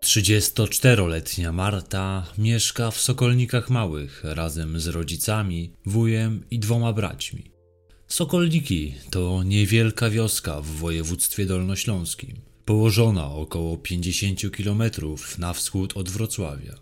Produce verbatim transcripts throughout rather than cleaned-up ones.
trzydziestoczteroletnia Marta mieszka w Sokolnikach Małych razem z rodzicami, wujem i dwoma braćmi. Sokolniki to niewielka wioska w województwie dolnośląskim, położona około pięćdziesiąt kilometrów na wschód od Wrocławia.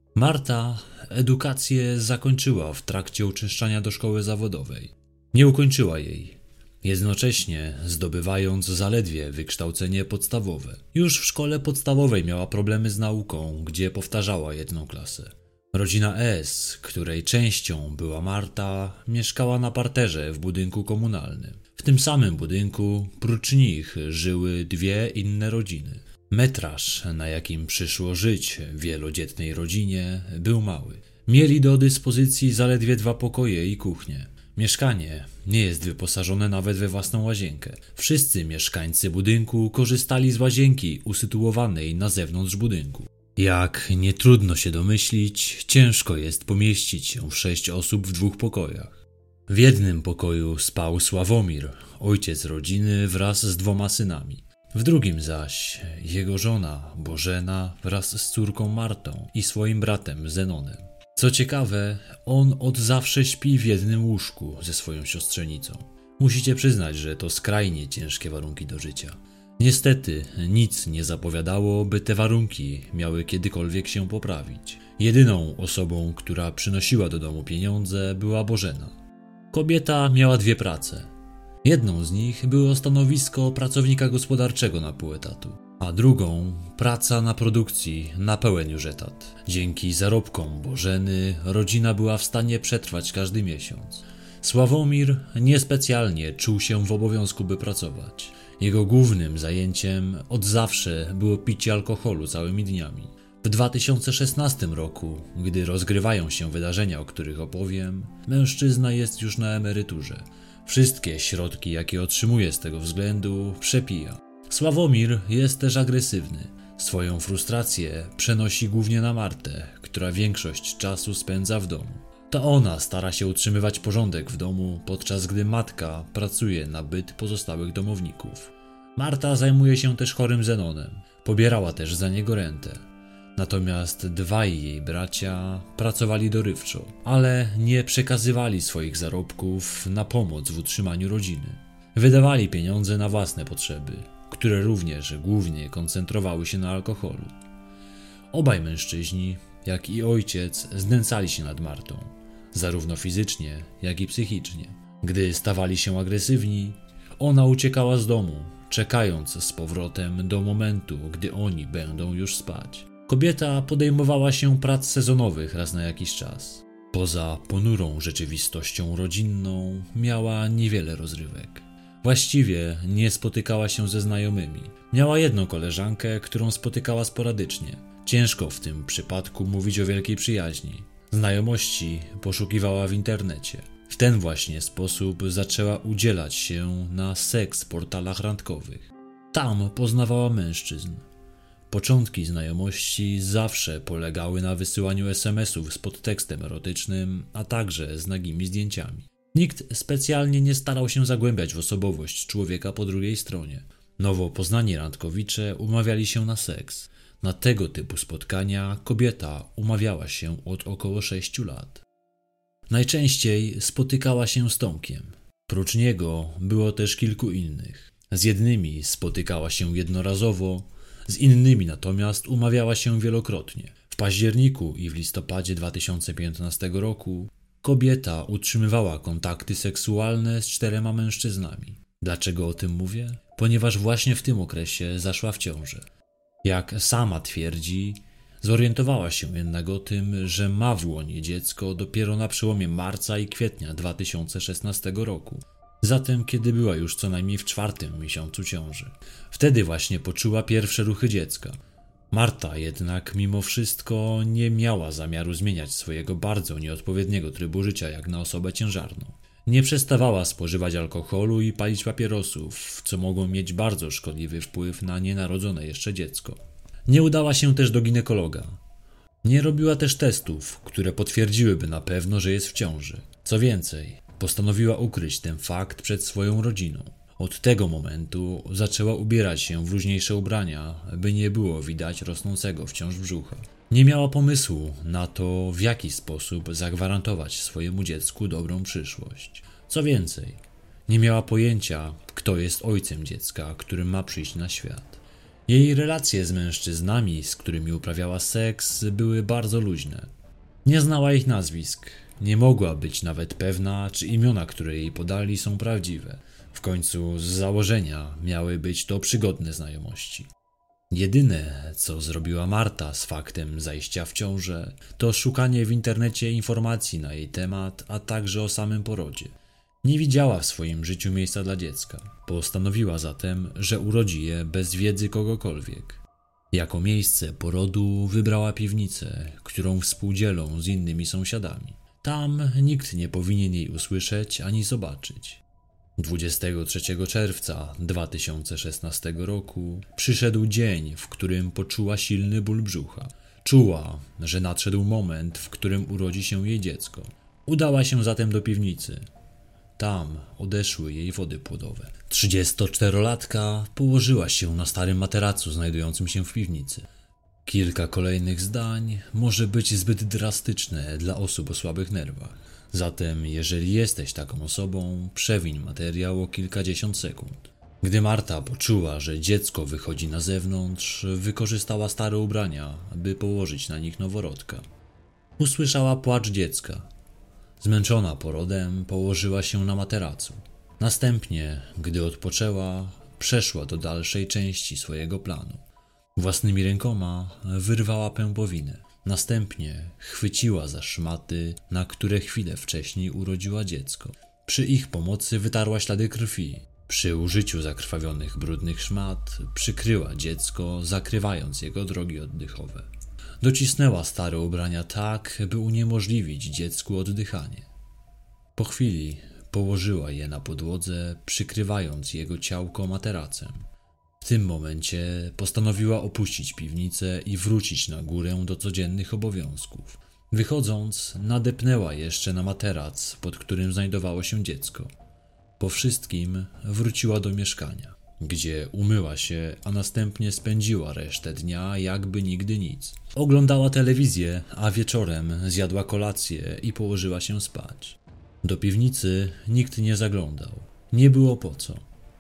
Marta edukację zakończyła w trakcie uczęszczania do szkoły zawodowej. Nie ukończyła jej, jednocześnie zdobywając zaledwie wykształcenie podstawowe. Już w szkole podstawowej miała problemy z nauką, gdzie powtarzała jedną klasę. Rodzina S., której częścią była Marta, mieszkała na parterze w budynku komunalnym. W tym samym budynku, prócz nich, żyły dwie inne rodziny. Metraż, na jakim przyszło żyć wielodzietnej rodzinie, był mały. Mieli do dyspozycji zaledwie dwa pokoje i kuchnię. Mieszkanie nie jest wyposażone nawet we własną łazienkę. Wszyscy mieszkańcy budynku korzystali z łazienki usytuowanej na zewnątrz budynku. Jak nie trudno się domyślić, ciężko jest pomieścić się w sześć osób w dwóch pokojach. W jednym pokoju spał Sławomir, ojciec rodziny wraz z dwoma synami. W drugim zaś jego żona Bożena wraz z córką Martą i swoim bratem Zenonem. Co ciekawe, on od zawsze śpi w jednym łóżku ze swoją siostrzenicą. Musicie przyznać, że to skrajnie ciężkie warunki do życia. Niestety, nic nie zapowiadało, by te warunki miały kiedykolwiek się poprawić. Jedyną osobą, która przynosiła do domu pieniądze, była Bożena. Kobieta miała dwie prace. Jedną z nich było stanowisko pracownika gospodarczego na pół etatu, a drugą praca na produkcji na pełen już etat. Dzięki zarobkom Bożeny rodzina była w stanie przetrwać każdy miesiąc. Sławomir niespecjalnie czuł się w obowiązku, by pracować. Jego głównym zajęciem od zawsze było picie alkoholu całymi dniami. W dwa tysiące szesnastym roku, gdy rozgrywają się wydarzenia, o których opowiem, mężczyzna jest już na emeryturze. Wszystkie środki, jakie otrzymuje z tego względu, przepija. Sławomir jest też agresywny. Swoją frustrację przenosi głównie na Martę, która większość czasu spędza w domu. To ona stara się utrzymywać porządek w domu, podczas gdy matka pracuje na byt pozostałych domowników. Marta zajmuje się też chorym Zenonem. Pobierała też za niego rentę. Natomiast dwaj jej bracia pracowali dorywczo, ale nie przekazywali swoich zarobków na pomoc w utrzymaniu rodziny. Wydawali pieniądze na własne potrzeby, które również głównie koncentrowały się na alkoholu. Obaj mężczyźni, jak i ojciec, znęcali się nad Martą, zarówno fizycznie, jak i psychicznie. Gdy stawali się agresywni, ona uciekała z domu, czekając z powrotem do momentu, gdy oni będą już spać. Kobieta podejmowała się prac sezonowych raz na jakiś czas. Poza ponurą rzeczywistością rodzinną miała niewiele rozrywek. Właściwie nie spotykała się ze znajomymi. Miała jedną koleżankę, którą spotykała sporadycznie. Ciężko w tym przypadku mówić o wielkiej przyjaźni. Znajomości poszukiwała w internecie. W ten właśnie sposób zaczęła udzielać się na seks portalach randkowych. Tam poznawała mężczyzn. Początki znajomości zawsze polegały na wysyłaniu es em esów z podtekstem erotycznym, a także z nagimi zdjęciami. Nikt specjalnie nie starał się zagłębiać w osobowość człowieka po drugiej stronie. Nowo poznani randkowicze umawiali się na seks. Na tego typu spotkania kobieta umawiała się od około sześciu lat. Najczęściej spotykała się z Tomkiem. Prócz niego było też kilku innych. Z jednymi spotykała się jednorazowo, z innymi natomiast umawiała się wielokrotnie. W październiku i w listopadzie dwa tysiące piętnastego roku kobieta utrzymywała kontakty seksualne z czterema mężczyznami. Dlaczego o tym mówię? Ponieważ właśnie w tym okresie zaszła w ciążę. Jak sama twierdzi, zorientowała się jednak o tym, że ma w łonie dziecko dopiero na przełomie marca i kwietnia dwa tysiące szesnastego roku. Zatem kiedy była już co najmniej w czwartym miesiącu ciąży. Wtedy właśnie poczuła pierwsze ruchy dziecka. Marta jednak mimo wszystko nie miała zamiaru zmieniać swojego bardzo nieodpowiedniego trybu życia jak na osobę ciężarną. Nie przestawała spożywać alkoholu i palić papierosów, co mogło mieć bardzo szkodliwy wpływ na nienarodzone jeszcze dziecko. Nie udała się też do ginekologa. Nie robiła też testów, które potwierdziłyby na pewno, że jest w ciąży. Co więcej, postanowiła ukryć ten fakt przed swoją rodziną. Od tego momentu zaczęła ubierać się w luźniejsze ubrania, by nie było widać rosnącego wciąż brzucha. Nie miała pomysłu na to, w jaki sposób zagwarantować swojemu dziecku dobrą przyszłość. Co więcej, nie miała pojęcia, kto jest ojcem dziecka, którym ma przyjść na świat. Jej relacje z mężczyznami, z którymi uprawiała seks, były bardzo luźne. Nie znała ich nazwisk, nie mogła być nawet pewna, czy imiona, które jej podali, są prawdziwe. W końcu z założenia miały być to przygodne znajomości. Jedyne, co zrobiła Marta z faktem zajścia w ciążę, to szukanie w internecie informacji na jej temat, a także o samym porodzie. Nie widziała w swoim życiu miejsca dla dziecka. Postanowiła zatem, że urodzi je bez wiedzy kogokolwiek. Jako miejsce porodu wybrała piwnicę, którą współdzielą z innymi sąsiadami. Tam nikt nie powinien jej usłyszeć ani zobaczyć. dwudziestego trzeciego czerwca dwa tysiące szesnastego roku przyszedł dzień, w którym poczuła silny ból brzucha. Czuła, że nadszedł moment, w którym urodzi się jej dziecko. Udała się zatem do piwnicy. Tam odeszły jej wody płodowe. Trzydziestoczterolatka położyła się na starym materacu znajdującym się w piwnicy. Kilka kolejnych zdań może być zbyt drastyczne dla osób o słabych nerwach. Zatem, jeżeli jesteś taką osobą, przewiń materiał o kilkadziesiąt sekund. Gdy Marta poczuła, że dziecko wychodzi na zewnątrz, wykorzystała stare ubrania, by położyć na nich noworodka. Usłyszała płacz dziecka. Zmęczona porodem, położyła się na materacu. Następnie, gdy odpoczęła, przeszła do dalszej części swojego planu. Własnymi rękoma wyrwała pępowinę. Następnie chwyciła za szmaty, na które chwilę wcześniej urodziła dziecko. Przy ich pomocy wytarła ślady krwi. Przy użyciu zakrwawionych brudnych szmat przykryła dziecko, zakrywając jego drogi oddechowe. Docisnęła stare ubrania tak, by uniemożliwić dziecku oddychanie. Po chwili położyła je na podłodze, przykrywając jego ciałko materacem. W tym momencie postanowiła opuścić piwnicę i wrócić na górę do codziennych obowiązków. Wychodząc, nadepnęła jeszcze na materac, pod którym znajdowało się dziecko. Po wszystkim wróciła do mieszkania, gdzie umyła się, a następnie spędziła resztę dnia jakby nigdy nic. Oglądała telewizję, a wieczorem zjadła kolację i położyła się spać. Do piwnicy nikt nie zaglądał. Nie było po co.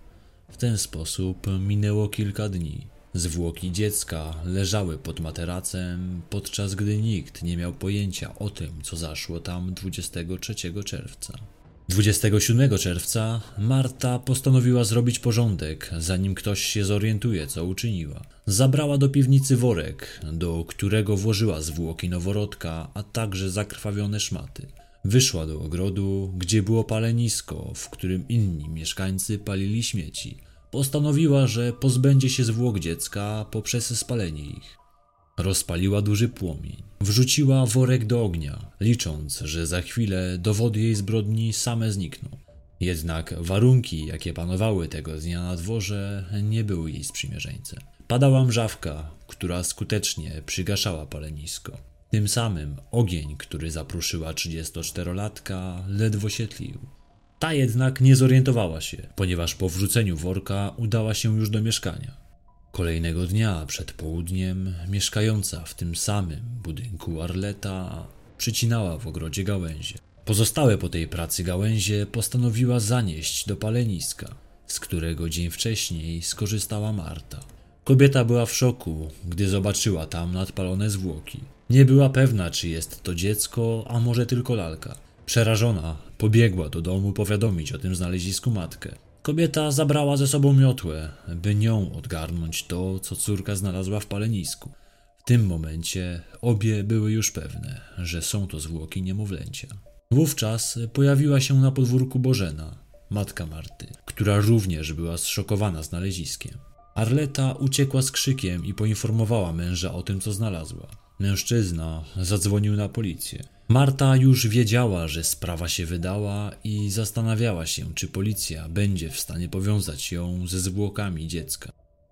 W ten sposób minęło kilka dni. Zwłoki dziecka leżały pod materacem, podczas gdy nikt nie miał pojęcia o tym, co zaszło tam dwudziestego trzeciego czerwca. dwudziestego siódmego czerwca Marta postanowiła zrobić porządek, zanim ktoś się zorientuje, co uczyniła. Zabrała do piwnicy worek, do którego włożyła zwłoki noworodka, a także zakrwawione szmaty. Wyszła do ogrodu, gdzie było palenisko, w którym inni mieszkańcy palili śmieci. Postanowiła, że pozbędzie się zwłok dziecka poprzez spalenie ich. Rozpaliła duży płomień. Wrzuciła worek do ognia, licząc, że za chwilę dowody jej zbrodni same znikną. Jednak warunki, jakie panowały tego dnia na dworze, nie były jej sprzymierzeńcem. Padała mrzawka, która skutecznie przygaszała palenisko. Tym samym ogień, który zapruszyła trzydziestoczterolatka, ledwo się tlił. Ta jednak nie zorientowała się, ponieważ po wrzuceniu worka udała się już do mieszkania. Kolejnego dnia przed południem mieszkająca w tym samym budynku Arleta przycinała w ogrodzie gałęzie. Pozostałe po tej pracy gałęzie postanowiła zanieść do paleniska, z którego dzień wcześniej skorzystała Marta. Kobieta była w szoku, gdy zobaczyła tam nadpalone zwłoki. Nie była pewna, czy jest to dziecko, a może tylko lalka. Przerażona pobiegła do domu powiadomić o tym znalezisku matkę. Kobieta zabrała ze sobą miotłę, by nią odgarnąć to, co córka znalazła w palenisku. W tym momencie obie były już pewne, że są to zwłoki niemowlęcia. Wówczas pojawiła się na podwórku Bożena, matka Marty, która również była zszokowana znaleziskiem. Arleta uciekła z krzykiem i poinformowała męża o tym, co znalazła. Mężczyzna zadzwonił na policję. Marta już wiedziała, że sprawa się wydała i zastanawiała się, czy policja będzie w stanie powiązać ją ze zwłokami dziecka.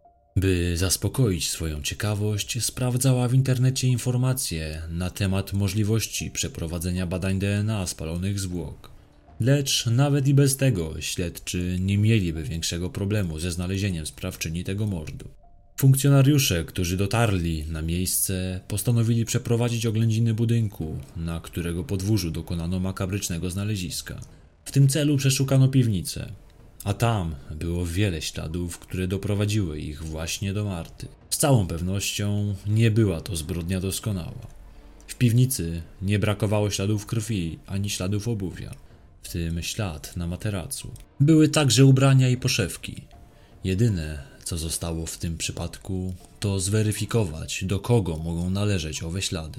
By zaspokoić swoją ciekawość, sprawdzała w internecie informacje na temat możliwości przeprowadzenia badań D N A spalonych zwłok. Lecz nawet i bez tego śledczy nie mieliby większego problemu ze znalezieniem sprawczyni tego mordu. Funkcjonariusze, którzy dotarli na miejsce, postanowili przeprowadzić oględziny budynku, na którego podwórzu dokonano makabrycznego znaleziska. W tym celu przeszukano piwnicę, a tam było wiele śladów, które doprowadziły ich właśnie do Marty. Z całą pewnością nie była to zbrodnia doskonała. W piwnicy nie brakowało śladów krwi ani śladów obuwia, w tym ślad na materacu. Były także ubrania i poszewki. Jedyne, co zostało w tym przypadku, to zweryfikować, do kogo mogą należeć owe ślady.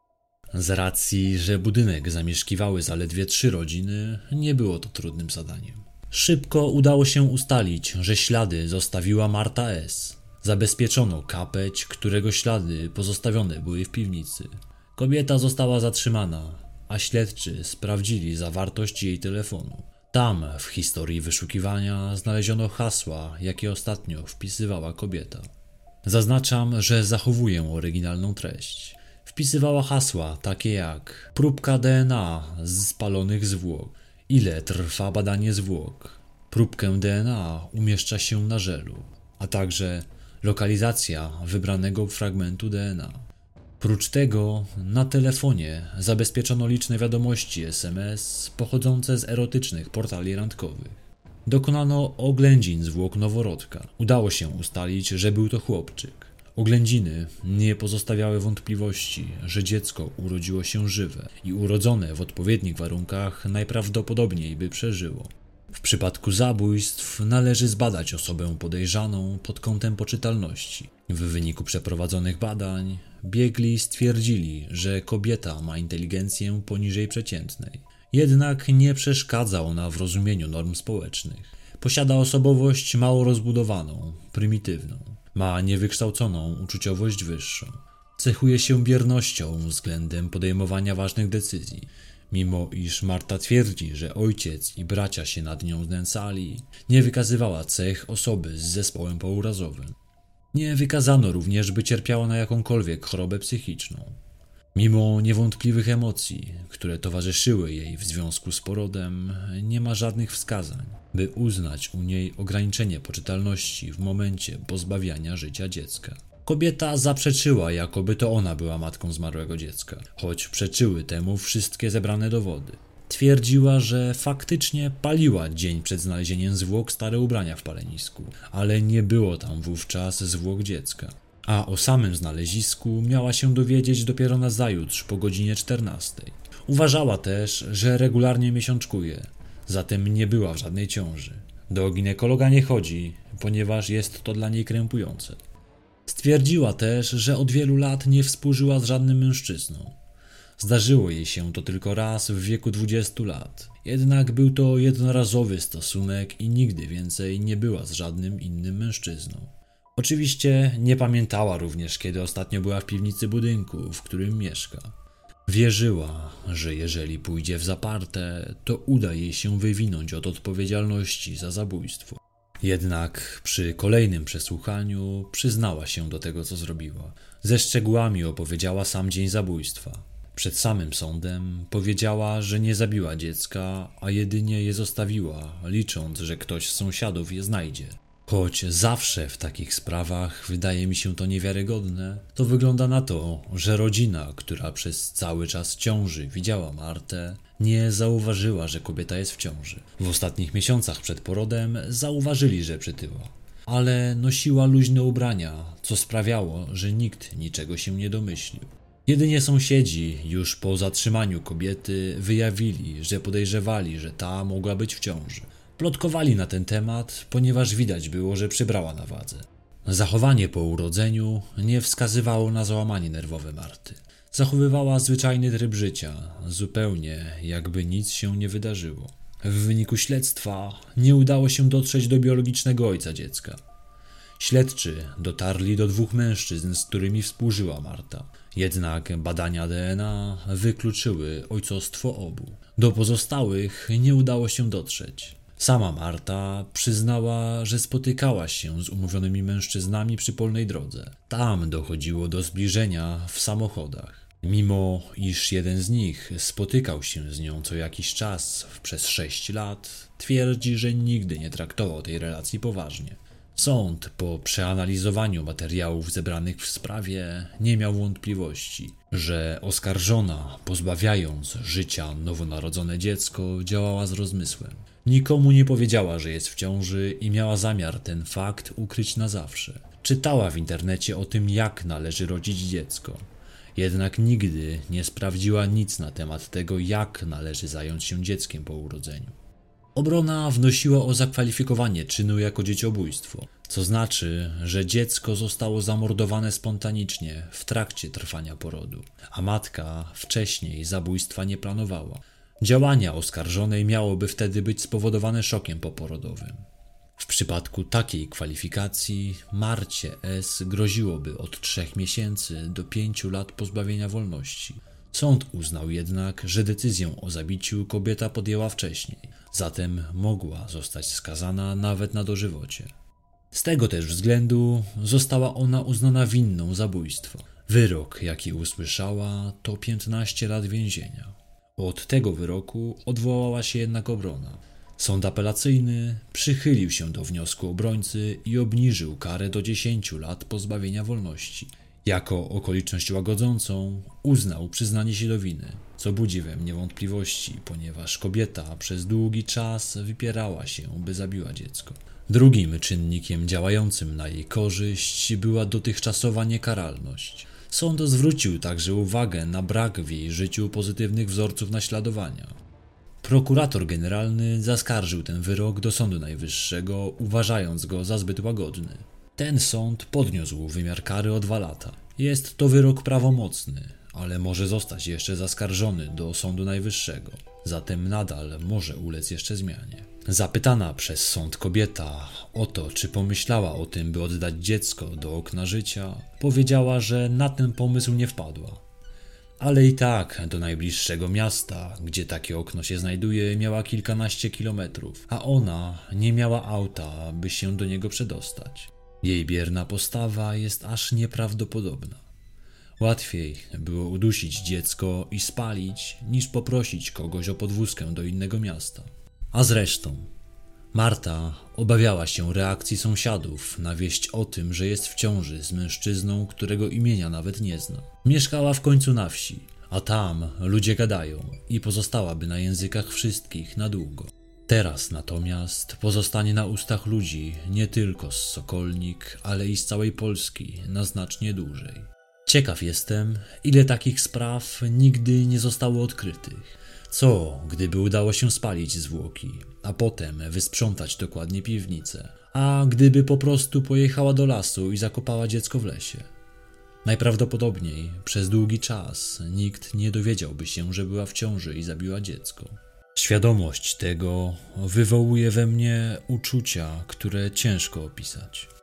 Z racji, że budynek zamieszkiwały zaledwie trzy rodziny, nie było to trudnym zadaniem. Szybko udało się ustalić, że ślady zostawiła Marta S. Zabezpieczono kapeć, którego ślady pozostawione były w piwnicy. Kobieta została zatrzymana, a śledczy sprawdzili zawartość jej telefonu. Tam, w historii wyszukiwania, znaleziono hasła, jakie ostatnio wpisywała kobieta. Zaznaczam, że zachowuję oryginalną treść. Wpisywała hasła takie jak próbka D N A z spalonych zwłok, ile trwa badanie zwłok, próbkę D N A umieszcza się na żelu, a także lokalizacja wybranego fragmentu D N A. Prócz tego na telefonie zabezpieczono liczne wiadomości S M S pochodzące z erotycznych portali randkowych. Dokonano oględzin zwłok noworodka. Udało się ustalić, że był to chłopczyk. Oględziny nie pozostawiały wątpliwości, że dziecko urodziło się żywe i urodzone w odpowiednich warunkach najprawdopodobniej by przeżyło. W przypadku zabójstw należy zbadać osobę podejrzaną pod kątem poczytalności. W wyniku przeprowadzonych badań biegli stwierdzili, że kobieta ma inteligencję poniżej przeciętnej. Jednak nie przeszkadza ona w rozumieniu norm społecznych. Posiada osobowość mało rozbudowaną, prymitywną. Ma niewykształconą uczuciowość wyższą. Cechuje się biernością względem podejmowania ważnych decyzji. Mimo iż Marta twierdzi, że ojciec i bracia się nad nią znęcali, nie wykazywała cech osoby z zespołem pourazowym. Nie wykazano również, by cierpiała na jakąkolwiek chorobę psychiczną. Mimo niewątpliwych emocji, które towarzyszyły jej w związku z porodem, nie ma żadnych wskazań, by uznać u niej ograniczenie poczytalności w momencie pozbawiania życia dziecka. Kobieta zaprzeczyła, jakoby to ona była matką zmarłego dziecka, choć przeczyły temu wszystkie zebrane dowody. Twierdziła, że faktycznie paliła dzień przed znalezieniem zwłok stare ubrania w palenisku, ale nie było tam wówczas zwłok dziecka. A o samym znalezisku miała się dowiedzieć dopiero nazajutrz po godzinie czternastej. Uważała też, że regularnie miesiączkuje, zatem nie była w żadnej ciąży. Do ginekologa nie chodzi, ponieważ jest to dla niej krępujące. Stwierdziła też, że od wielu lat nie współżyła z żadnym mężczyzną. Zdarzyło jej się to tylko raz w wieku dwudziestu lat. Jednak był to jednorazowy stosunek i nigdy więcej nie była z żadnym innym mężczyzną. Oczywiście nie pamiętała również, kiedy ostatnio była w piwnicy budynku, w którym mieszka. Wierzyła, że jeżeli pójdzie w zaparte, to uda jej się wywinąć od odpowiedzialności za zabójstwo. Jednak przy kolejnym przesłuchaniu przyznała się do tego, co zrobiła. Ze szczegółami opowiedziała sam dzień zabójstwa. Przed samym sądem powiedziała, że nie zabiła dziecka, a jedynie je zostawiła, licząc, że ktoś z sąsiadów je znajdzie. Choć zawsze w takich sprawach wydaje mi się to niewiarygodne, to wygląda na to, że rodzina, która przez cały czas ciąży widziała Martę, nie zauważyła, że kobieta jest w ciąży. W ostatnich miesiącach przed porodem zauważyli, że przytyła, ale nosiła luźne ubrania, co sprawiało, że nikt niczego się nie domyślił. Jedynie sąsiedzi już po zatrzymaniu kobiety wyjawili, że podejrzewali, że ta mogła być w ciąży. Plotkowali na ten temat, ponieważ widać było, że przybrała na wadze. Zachowanie po urodzeniu nie wskazywało na załamanie nerwowe Marty. Zachowywała zwyczajny tryb życia, zupełnie jakby nic się nie wydarzyło. W wyniku śledztwa nie udało się dotrzeć do biologicznego ojca dziecka. Śledczy dotarli do dwóch mężczyzn, z którymi współżyła Marta. Jednak badania D N A wykluczyły ojcostwo obu. Do pozostałych nie udało się dotrzeć. Sama Marta przyznała, że spotykała się z umówionymi mężczyznami przy polnej drodze. Tam dochodziło do zbliżenia w samochodach. Mimo iż jeden z nich spotykał się z nią co jakiś czas przez sześć lat, twierdzi, że nigdy nie traktował tej relacji poważnie. Sąd po przeanalizowaniu materiałów zebranych w sprawie nie miał wątpliwości, że oskarżona, pozbawiając życia nowonarodzone dziecko, działała z rozmysłem. Nikomu nie powiedziała, że jest w ciąży i miała zamiar ten fakt ukryć na zawsze. Czytała w internecie o tym, jak należy rodzić dziecko. Jednak nigdy nie sprawdziła nic na temat tego, jak należy zająć się dzieckiem po urodzeniu. Obrona wnosiła o zakwalifikowanie czynu jako dzieciobójstwo, co znaczy, że dziecko zostało zamordowane spontanicznie w trakcie trwania porodu, a matka wcześniej zabójstwa nie planowała. Działania oskarżonej miałoby wtedy być spowodowane szokiem poporodowym. W przypadku takiej kwalifikacji Marcie S. groziłoby od trzech miesięcy do pięciu lat pozbawienia wolności. Sąd uznał jednak, że decyzję o zabiciu kobieta podjęła wcześniej, zatem mogła zostać skazana nawet na dożywocie. Z tego też względu została ona uznana winną zabójstwa. Wyrok, jaki usłyszała, to piętnaście lat więzienia. Od tego wyroku odwołała się jednak obrona. Sąd apelacyjny przychylił się do wniosku obrońcy i obniżył karę do dziesięciu lat pozbawienia wolności. Jako okoliczność łagodzącą uznał przyznanie się do winy, co budzi we mnie wątpliwości, ponieważ kobieta przez długi czas wypierała się, by zabiła dziecko. Drugim czynnikiem działającym na jej korzyść była dotychczasowa niekaralność. Sąd zwrócił także uwagę na brak w jej życiu pozytywnych wzorców naśladowania. Prokurator generalny zaskarżył ten wyrok do Sądu Najwyższego, uważając go za zbyt łagodny. Ten sąd podniósł wymiar kary o dwa lata. Jest to wyrok prawomocny, ale może zostać jeszcze zaskarżony do Sądu Najwyższego, zatem nadal może ulec jeszcze zmianie. Zapytana przez sąd kobieta o to, czy pomyślała o tym, by oddać dziecko do okna życia, powiedziała, że na ten pomysł nie wpadła. Ale i tak do najbliższego miasta, gdzie takie okno się znajduje, miała kilkanaście kilometrów, a ona nie miała auta, by się do niego przedostać. Jej bierna postawa jest aż nieprawdopodobna. Łatwiej było udusić dziecko i spalić, niż poprosić kogoś o podwózkę do innego miasta. A zresztą, Marta obawiała się reakcji sąsiadów na wieść o tym, że jest w ciąży z mężczyzną, którego imienia nawet nie zna. Mieszkała w końcu na wsi, a tam ludzie gadają i pozostałaby na językach wszystkich na długo. Teraz natomiast pozostanie na ustach ludzi nie tylko z Sokolnik, ale i z całej Polski na znacznie dłużej. Ciekaw jestem, ile takich spraw nigdy nie zostało odkrytych. Co, gdyby udało się spalić zwłoki, a potem wysprzątać dokładnie piwnicę, a gdyby po prostu pojechała do lasu i zakopała dziecko w lesie? Najprawdopodobniej przez długi czas nikt nie dowiedziałby się, że była w ciąży i zabiła dziecko. Świadomość tego wywołuje we mnie uczucia, które ciężko opisać.